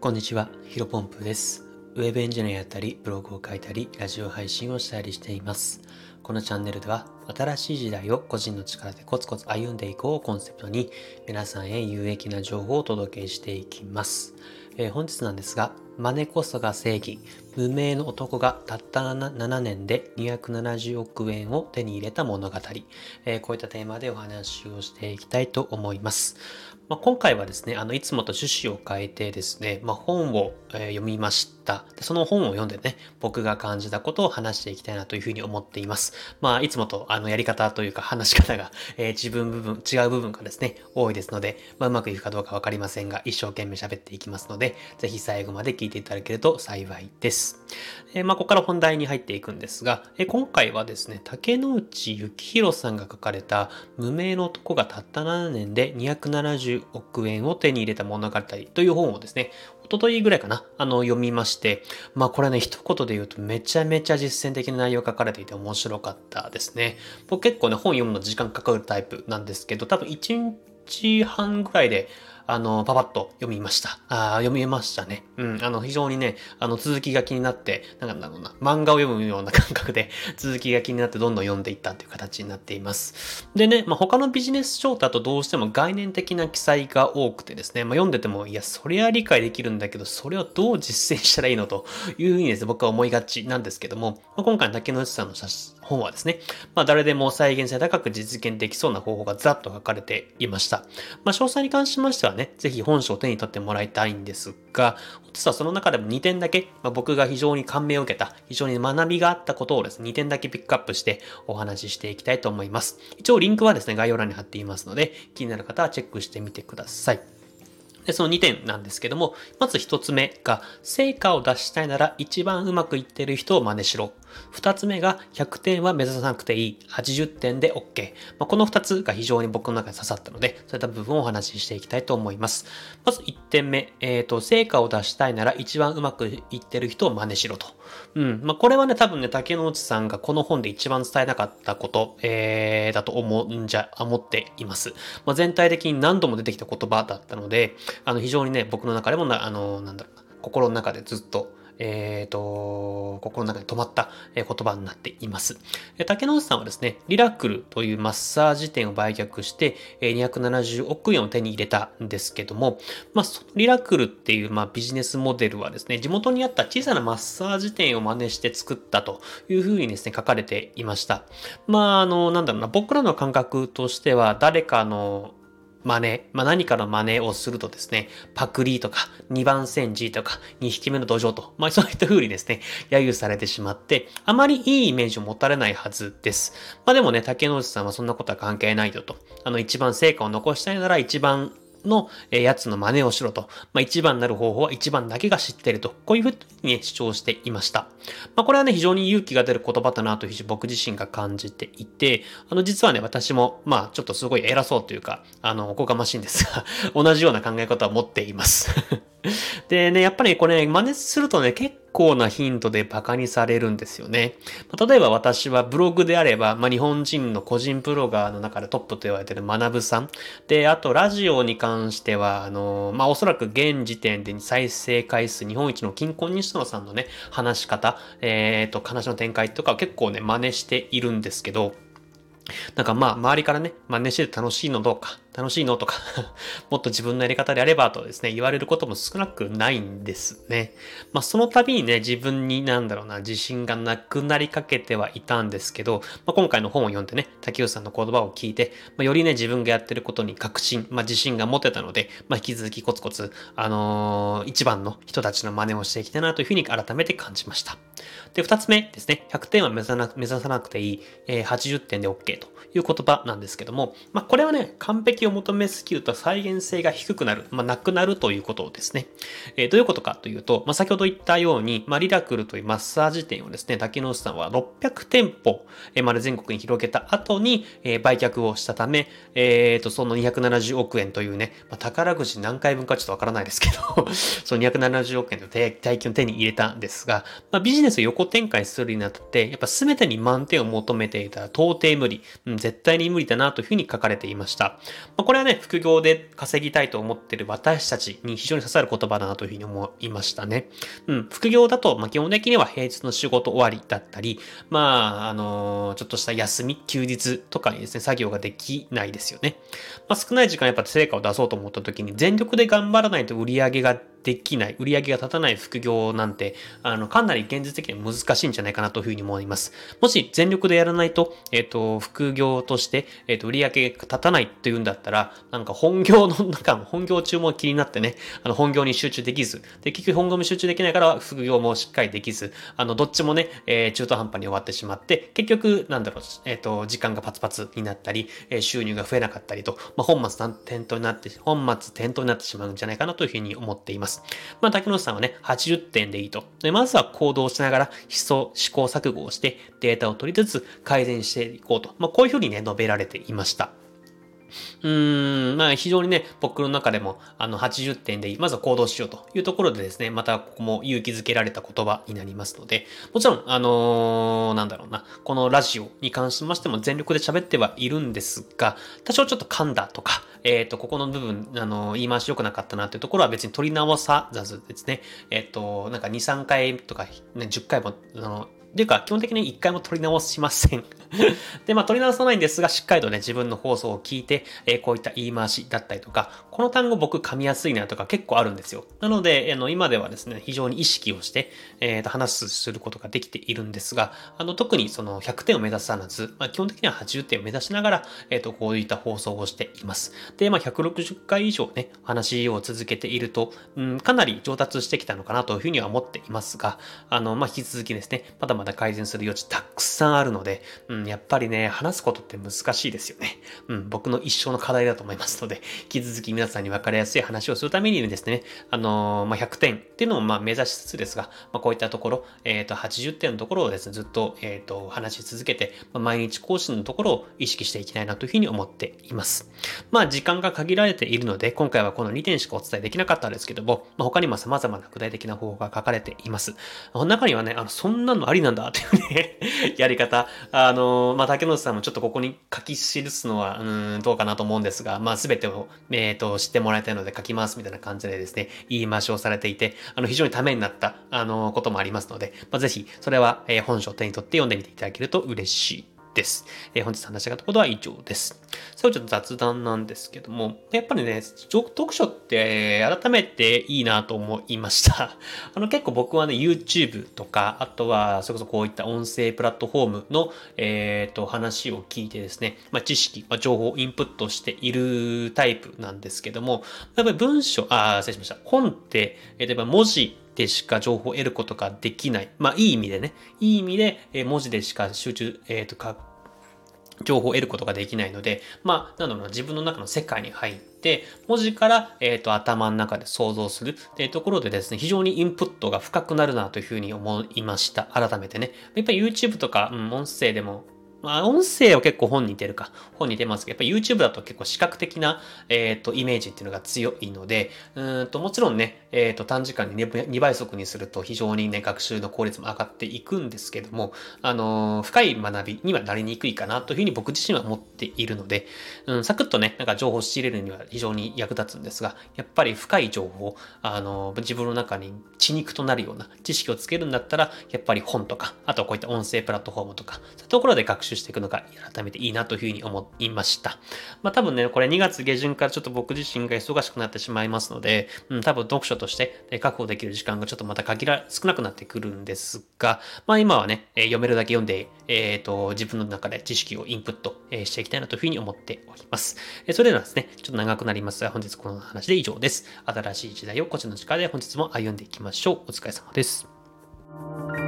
こんにちは、ヒロポンプです。ウェブエンジニアやったり、ブログを書いたり、ラジオ配信をしたりしています。このチャンネルでは、新しい時代を個人の力でコツコツ歩んでいこうをコンセプトに、皆さんへ有益な情報をお届けしていきます。本日なんですが、マネこそが正義、無名の男がたった7年で270億円を手に入れた物語、こういったテーマでお話をしていきたいと思います。今回はですね、いつもと趣旨を変えてですね、本を、読みました。でその本を読んでね、僕が感じたことを話していきたいなというふうに思っています。いつもとやり方というか話し方が、違う部分がですね、多いですので、うまくいくかどうかわかりませんが、一生懸命喋っていきますので、ぜひ最後まで聞いていただけると幸いです。ここから本題に入っていくんですが、今回はですね、竹野内幸宏さんが書かれた、無名の男がたった7年で270億円を手に入れた物語という本をですね、一昨日ぐらいかな、読みまして、これね、一言で言うとめちゃめちゃ実践的な内容が書かれていて面白かったですね。僕結構ね、本読むの時間かかるタイプなんですけど、多分1日半ぐらいで、パパッと読みました。読みましたね。非常にね、続きが気になって、漫画を読むような感覚で、続きが気になってどんどん読んでいったという形になっています。でね、他のビジネス書だとどうしても概念的な記載が多くてですね、読んでても、いや、そりゃ理解できるんだけど、それをどう実践したらいいのというふうにですね、僕は思いがちなんですけども、今回の竹野内さんの本はですね、誰でも再現性高く実現できそうな方法がざっと書かれていました。詳細に関しましてはね、ぜひ本書を手に取ってもらいたいんですが、実はその中でも2点だけ、僕が非常に感銘を受けた、非常に学びがあったことをですね、2点だけピックアップしてお話ししていきたいと思います。一応リンクはですね、概要欄に貼っていますので、気になる方はチェックしてみてください。で、その2点なんですけども、まず1つ目が、成果を出したいなら一番うまくいってる人を真似しろ。2つ目が、100点は目指さなくていい。80点で OK。この2つが非常に僕の中に刺さったので、そういった部分をお話ししていきたいと思います。まず1点目、成果を出したいなら一番うまくいってる人を真似しろと。これはね、多分ね、竹野内さんがこの本で一番伝えなかったこと、だと思っています。全体的に何度も出てきた言葉だったので、非常にね、僕の中でも心の中でずっと、心の中に止まった言葉になっています。竹野内さんはですね、リラクルというマッサージ店を売却して270億円を手に入れたんですけども、そのリラクルっていうビジネスモデルはですね、地元にあった小さなマッサージ店を真似して作ったというふうにですね、書かれていました。僕らの感覚としては誰かの真似、何かの真似をするとですね、パクリとか、二番煎じとか、二匹目の土壌と、そういった風にですね、揶揄されてしまって、あまりいいイメージを持たれないはずです。でもね、竹野内さんはそんなことは関係ないよと。一番成果を残したいなら一番のやつの真似をしろと。一番になる方法は一番だけが知っていると。こういうふうに、ね、主張していました。これはね、非常に勇気が出る言葉だなというふうに僕自身が感じていて、実はね、私も、ちょっとすごい偉そうというか、おこがましいんですが、同じような考え方を持っています。でね、やっぱりこれ、真似するとね、結構な頻度でバカにされるんですよね。例えば私はブログであれば、日本人の個人ブロガーの中でトップと言われている学さん。で、あとラジオに関しては、おそらく現時点で再生回数日本一の金婚西野さんのね、話し方、話の展開とか結構ね、真似しているんですけど、周りからね、真似してて楽しいのとか、もっと自分のやり方であればとですね、言われることも少なくないんですね。その度にね、自分に自信がなくなりかけてはいたんですけど、今回の本を読んでね、竹内さんの言葉を聞いて、よりね、自分がやってることに確信、自信が持てたので、引き続きコツコツ、一番の人たちの真似をしていきたいなというふうに改めて感じました。で、二つ目ですね、100点は目指さなくていい、80点で OK という言葉なんですけども、これはね、完璧を求めすぎると再現性が低くなる、なくなるということですね。どういうことかというと、先ほど言ったように、リラクルというマッサージ店をですね、竹野内さんは600店舗まで全国に広げた後に、売却をしたため、その270億円というね、宝くじ何回分かちょっとわからないですけど、その270億円の大金を手に入れたんですが、ビジネスを横展開するにあたって、やっぱ全てに満点を求めていたら到底無理、絶対に無理だなというふうに書かれていました。 これはね、副業で稼ぎたいと思っている私たちに非常に刺さる言葉だなというふうに思いましたね。副業だと、基本的には平日の仕事終わりだったり、ちょっとした休み、休日とかにですね、作業ができないですよね。少ない時間やっぱ成果を出そうと思った時に全力で頑張らないと売り上げができない、売り上げが立たない副業なんて、かなり現実的には難しいんじゃないかなというふうに思います。もし全力でやらないと、副業として、売り上げが立たないっていうんだったら、本業中も気になってね、本業に集中できず、で、結局本業も集中できないから副業もしっかりできず、どっちもね、中途半端に終わってしまって、結局、時間がパツパツになったり、収入が増えなかったりと、本末転倒になってしまうんじゃないかなというふうに思っています。竹野さんはね、80点でいいと。で、まずは行動しながら試行錯誤をしてデータを取りつつ改善していこうと。こういうふうにね、述べられていました。非常にね、僕の中でも、80点でいい。まずは行動しようというところでですね、またここも勇気づけられた言葉になりますので、もちろん、このラジオに関しましても全力で喋ってはいるんですが、多少ちょっと噛んだとか、ここの部分、言い回し良くなかったなというところは別に取り直さずですね、2、3回とか、10回も、っていうか、基本的に1回も取り直しません。で、取り直さないんですが、しっかりとね、自分の放送を聞いて、こういった言い回しだったりとか、この単語僕噛みやすいなとか結構あるんですよ。なので、今ではですね、非常に意識をして、することができているんですが、特にその100点を目指さず、基本的には80点を目指しながら、こういった放送をしています。で、160回以上ね、話を続けていると、かなり上達してきたのかなというふうには思っていますが、引き続きですね、まだまだ改善する余地たくさんあるので、やっぱりね、話すことって難しいですよね。僕の一生の課題だと思いますので、引き続き皆さんに分かりやすい話をするためにですね、100点っていうのを目指しつつですが、こういったところ、80点のところをですね、ずっと、話し続けて、毎日更新のところを意識していきたいなというふうに思っています。時間が限られているので、今回はこの2点しかお伝えできなかったんですけども、他にも様々な具体的な方法が書かれています。この中にはね、そんなのありなんだというね、やり方、竹野内さんもちょっとここに書き記すのは、どうかなと思うんですが、すべてを、知ってもらいたいので書きますみたいな感じでですね、言い回しをされていて、非常にためになった、こともありますので、ぜひ、それは、本書を手に取って読んでみていただけると嬉しいです。本日話したかったことは以上です。最後ちょっと雑談なんですけども、やっぱりね、読書って改めていいなと思いました。結構僕はね、YouTube とか、あとは、それこそこういった音声プラットフォームの、話を聞いてですね、知識、情報をインプットしているタイプなんですけども、やっぱり失礼しました。本って、例えば文字でしか情報を得ることができない。いい意味でね。いい意味で、文字でしか情報を得ることができないので、自分の中の世界に入って、文字から、頭の中で想像するっていうところでですね、非常にインプットが深くなるなというふうに思いました。改めてね。やっぱり YouTube とか、音声でも、音声は結構本に出るか。本に出ますけど、やっぱり YouTube だと結構視覚的な、イメージっていうのが強いので、もちろんね、短時間に2倍速にすると非常にね、学習の効率も上がっていくんですけども、深い学びにはなりにくいかなというふうに僕自身は思っているので、サクッとね、情報を仕入れるには非常に役立つんですが、やっぱり深い情報、自分の中に血肉となるような知識をつけるんだったら、やっぱり本とか、あとはこういった音声プラットフォームとか、そういうところで学習していくのが改めていいなというふうに思いました。多分ね、これ2月下旬からちょっと僕自身が忙しくなってしまいますので、多分読書として確保できる時間がちょっとまた少なくなってくるんですが、今はね、読めるだけ読んで、自分の中で知識をインプットしていきたいなというふうに思っております。それではですね、ちょっと長くなりますが、本日この話で以上です。新しい時代を個人の力で本日も歩んでいきましょう。お疲れ様です。